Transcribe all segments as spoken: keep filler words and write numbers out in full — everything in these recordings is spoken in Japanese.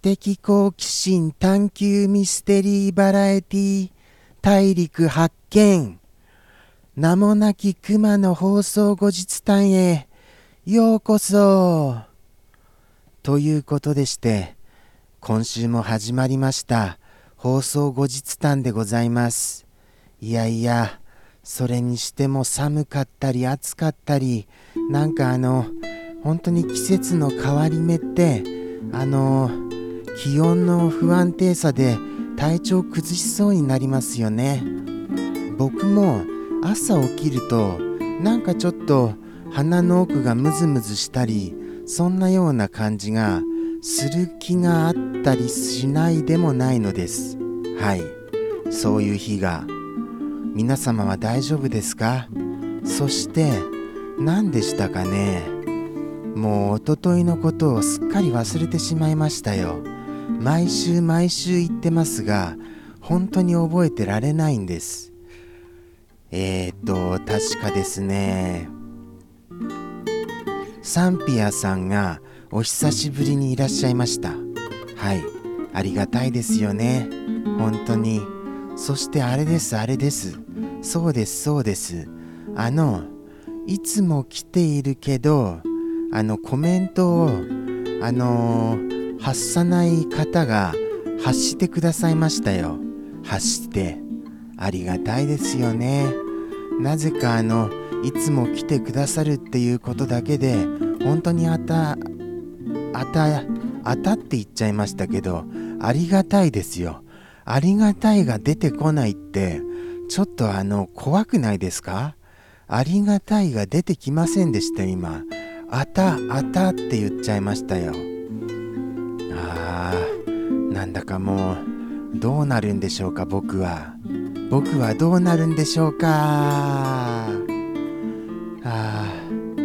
的好奇心探求ミステリーバラエティ大陸発見。名もなき熊の放送後日談へようこそ。ということでして、今週も始まりました放送後日談でございます。いやいや、それにしても寒かったり暑かったり、なんかあの本当に季節の変わり目ってあの気温の不安定さで体調崩しそうになりますよね。僕も朝起きるとなんかちょっと鼻の奥がムズムズしたり、そんなような感じがする気があったりしないでもないのです。はい、そういう日が。皆様は大丈夫ですか？そして何でしたかね。もう一昨日のことをすっかり忘れてしまいましたよ。毎週毎週言ってますが、本当に覚えてられないんです。えーと確かですね、サンピアさんがお久しぶりにいらっしゃいました。はい、ありがたいですよね、本当に。そしてあれですあれです、そうですそうです、あのいつも来ているけどあのコメントをあのー、発さない方が発してくださいましたよ。発してありがたいですよね。なぜかあのいつも来てくださるっていうことだけで本当にあたあたあたって言っちゃいましたけど、ありがたいですよ。ありがたいが出てこないってちょっとあの怖くないですか？ありがたいが出てきませんでした今。あたあたって言っちゃいましたよ。あー、なんだかもうどうなるんでしょうか。僕は僕はどうなるんでしょうか。あ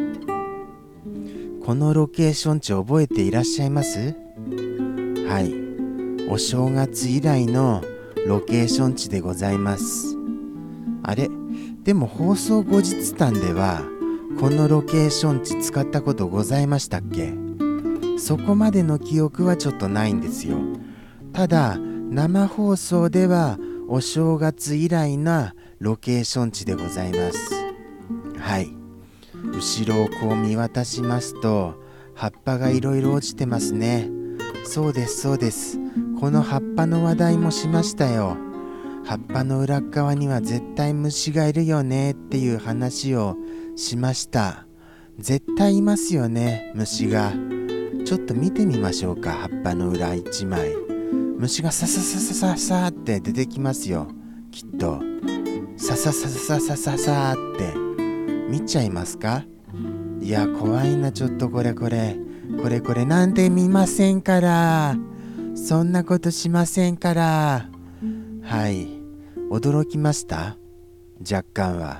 ー、このロケーション地覚えていらっしゃいます？はい、お正月以来のロケーション地でございます。あれ、でも放送後日談ではこのロケーション地使ったことございましたっけ？そこまでの記憶はちょっとないんですよ。ただ生放送ではお正月以来なロケーション地でございます。はい、後ろをこう見渡しますと葉っぱがいろいろ落ちてますね。そうですそうです、この葉っぱの話題もしましたよ。葉っぱの裏側には絶対虫がいるよねっていう話をしました。絶対いますよね、虫が。ちょっと見てみましょうか。葉っぱの裏一枚、虫がササササササって出てきますよ、きっと。サササササササって見ちゃいますか？いや怖いな、ちょっとこれこれこれこれなんて見ませんから、そんなことしませんから。はい、驚きました。若干は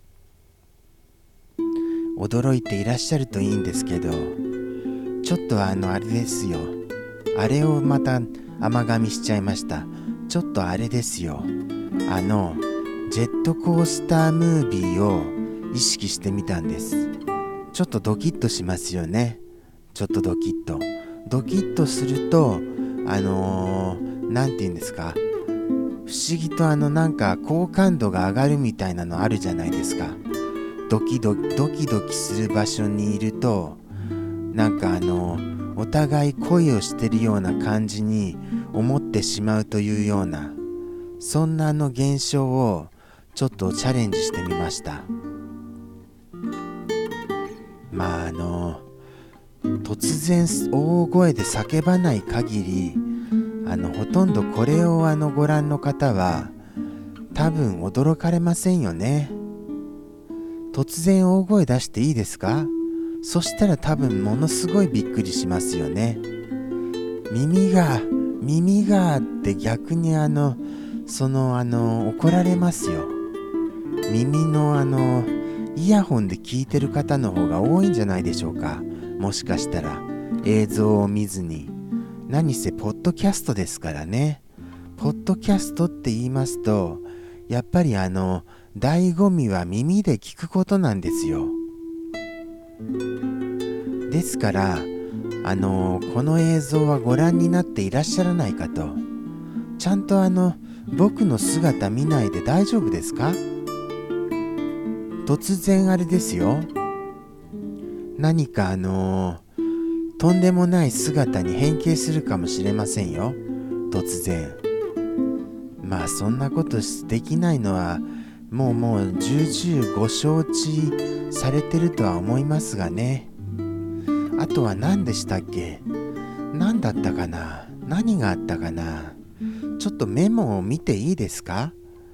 驚いていらっしゃるといいんですけど、ちょっとあのあれですよ、あれをまた甘噛みしちゃいました。ちょっとあれですよ、あのジェットコースタームービーを意識してみたんです。ちょっとドキッとしますよね。ちょっとドキッとドキッとするとあのー、なんて言うんですか、不思議とあのなんか好感度が上がるみたいなのあるじゃないですか。ドキドキドキドキする場所にいるとなんかあのお互い恋をしてるような感じに思ってしまうというような、そんなあの現象をちょっとチャレンジしてみました。まああの突然大声で叫ばない限りあのほとんどこれをあのご覧の方は多分驚かれませんよね。突然大声出していいですか？そしたら多分ものすごいびっくりしますよね。耳が耳がって逆にあのそのあの怒られますよ。耳のあのイヤホンで聞いてる方の方が多いんじゃないでしょうか。もしかしたら映像を見ずに。何せポッドキャストですからね。ポッドキャストって言いますとやっぱりあの醍醐味は耳で聞くことなんですよ。ですからあのこの映像はご覧になっていらっしゃらないかと。ちゃんとあの僕の姿見ないで大丈夫ですか？突然あれですよ、何かあのとんでもない姿に変形するかもしれませんよ、突然。まあそんなことできないのはもうもう重々ご承知されてるとは思いますがね。あとは何でしたっけ？何だったかな？何があったかな？ちょっとメモを見ていいですか？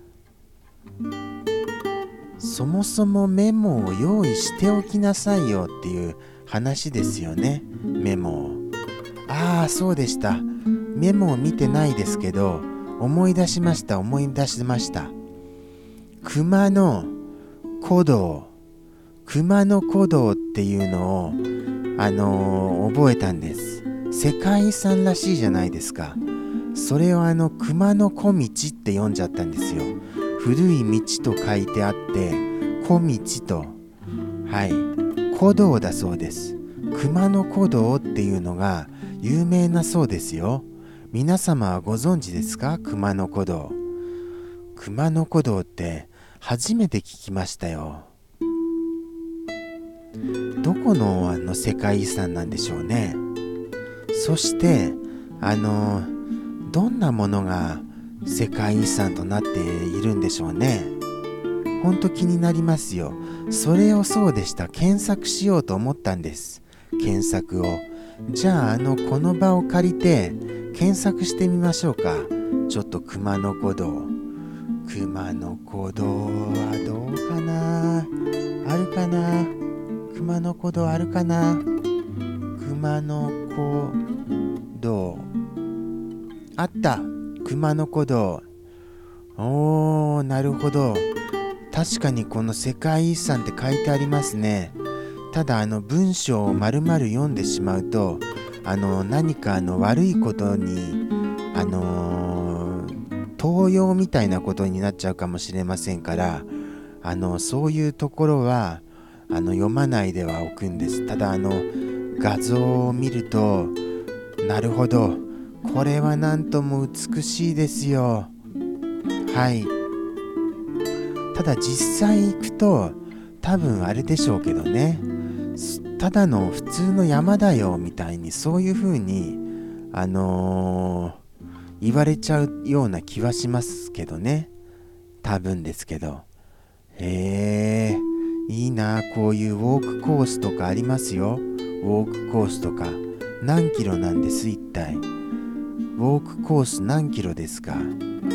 そもそもメモを用意しておきなさいよっていう話ですよね、メモを。ああ、そうでした。メモを見てないですけど、思い出しました思い出しました。熊の古道、熊野古道っていうのをあのー、覚えたんです。世界遺産らしいじゃないですか。それをあの熊野小道って読んじゃったんですよ。古い道と書いてあって小道と、はい、古道だそうです。熊野古道っていうのが有名なそうですよ。皆様はご存知ですか？熊野古道。熊野古道って初めて聞きましたよ。どこのあの世界遺産なんでしょうね。そしてあのどんなものが世界遺産となっているんでしょうね。ほんと気になりますよ。それをそうでした、検索しようと思ったんです。検索を。じゃああのこの場を借りて検索してみましょうか。ちょっと熊野古道、熊野古道はどうかな、あるかな、熊野古道あるかな、熊野古道あった、熊野古道。おー、なるほど。確かにこの世界遺産って書いてありますね。ただあの文章を丸々読んでしまうと、あの何かあの悪いことにあのー、盗用みたいなことになっちゃうかもしれませんから、あのそういうところはあの読まないではおくんです。ただあの画像を見ると、なるほど、これはなんとも美しいですよ。はい。ただ実際行くと多分あれでしょうけどね、ただの普通の山だよみたいに、そういう風にあのー、言われちゃうような気はしますけどね、多分ですけど。へえ、いいな、こういうウォークコースとかありますよ。ウォークコースとか何キロなんです、一体。ウォークコース何キロですか？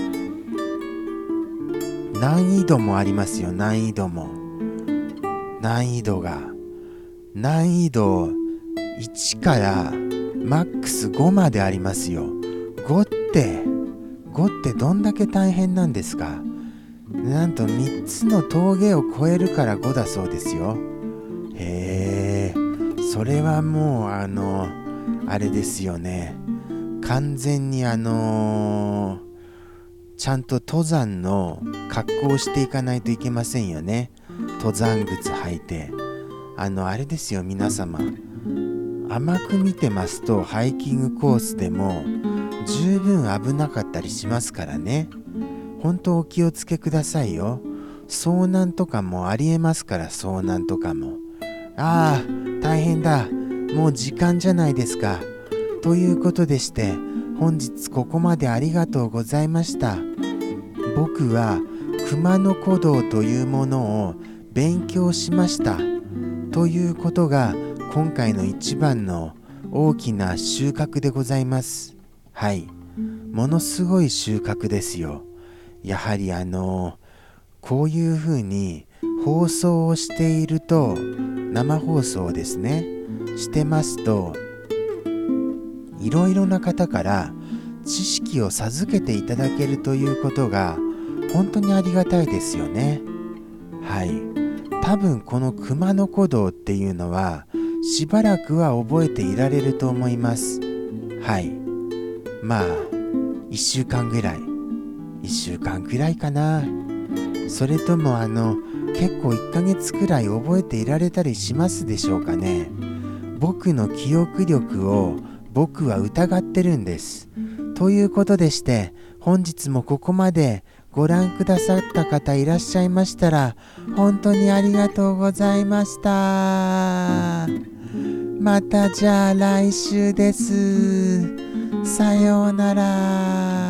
難易度もありますよ。難易度も難易度が難易度いちからマックスごまでありますよ。ごってごってどんだけ大変なんですか？なんとみっつの峠を越えるからごだそうですよ。へえ、それはもうあのあれですよね、完全にあのーちゃんと登山の格好をしていかないといけませんよね。登山靴履いて、あのあれですよ、皆様甘く見てますとハイキングコースでも十分危なかったりしますからね。本当お気をつけくださいよ。遭難とかもありえますから、遭難とかも。ああ、大変だ、もう時間じゃないですか。ということでして、本日ここまでありがとうございました。僕は熊野古道というものを勉強しましたということが今回の一番の大きな収穫でございます。はい、ものすごい収穫ですよ。やはりあのこういうふうに放送をしていると、生放送ですね、してますと、いろいろな方から知識を授けていただけるということが本当にありがたいですよね。はい、多分この熊野古道っていうのはしばらくは覚えていられると思います。はい、まあいっしゅうかんぐらいいっしゅうかんくらいかな。それともあの結構いっかげつくらい覚えていられたりしますでしょうかね。 僕の記憶力を僕は疑ってるんです。ということでして、本日もここまでご覧くださった方いらっしゃいましたら、本当にありがとうございました。またじゃあ来週です。さようなら。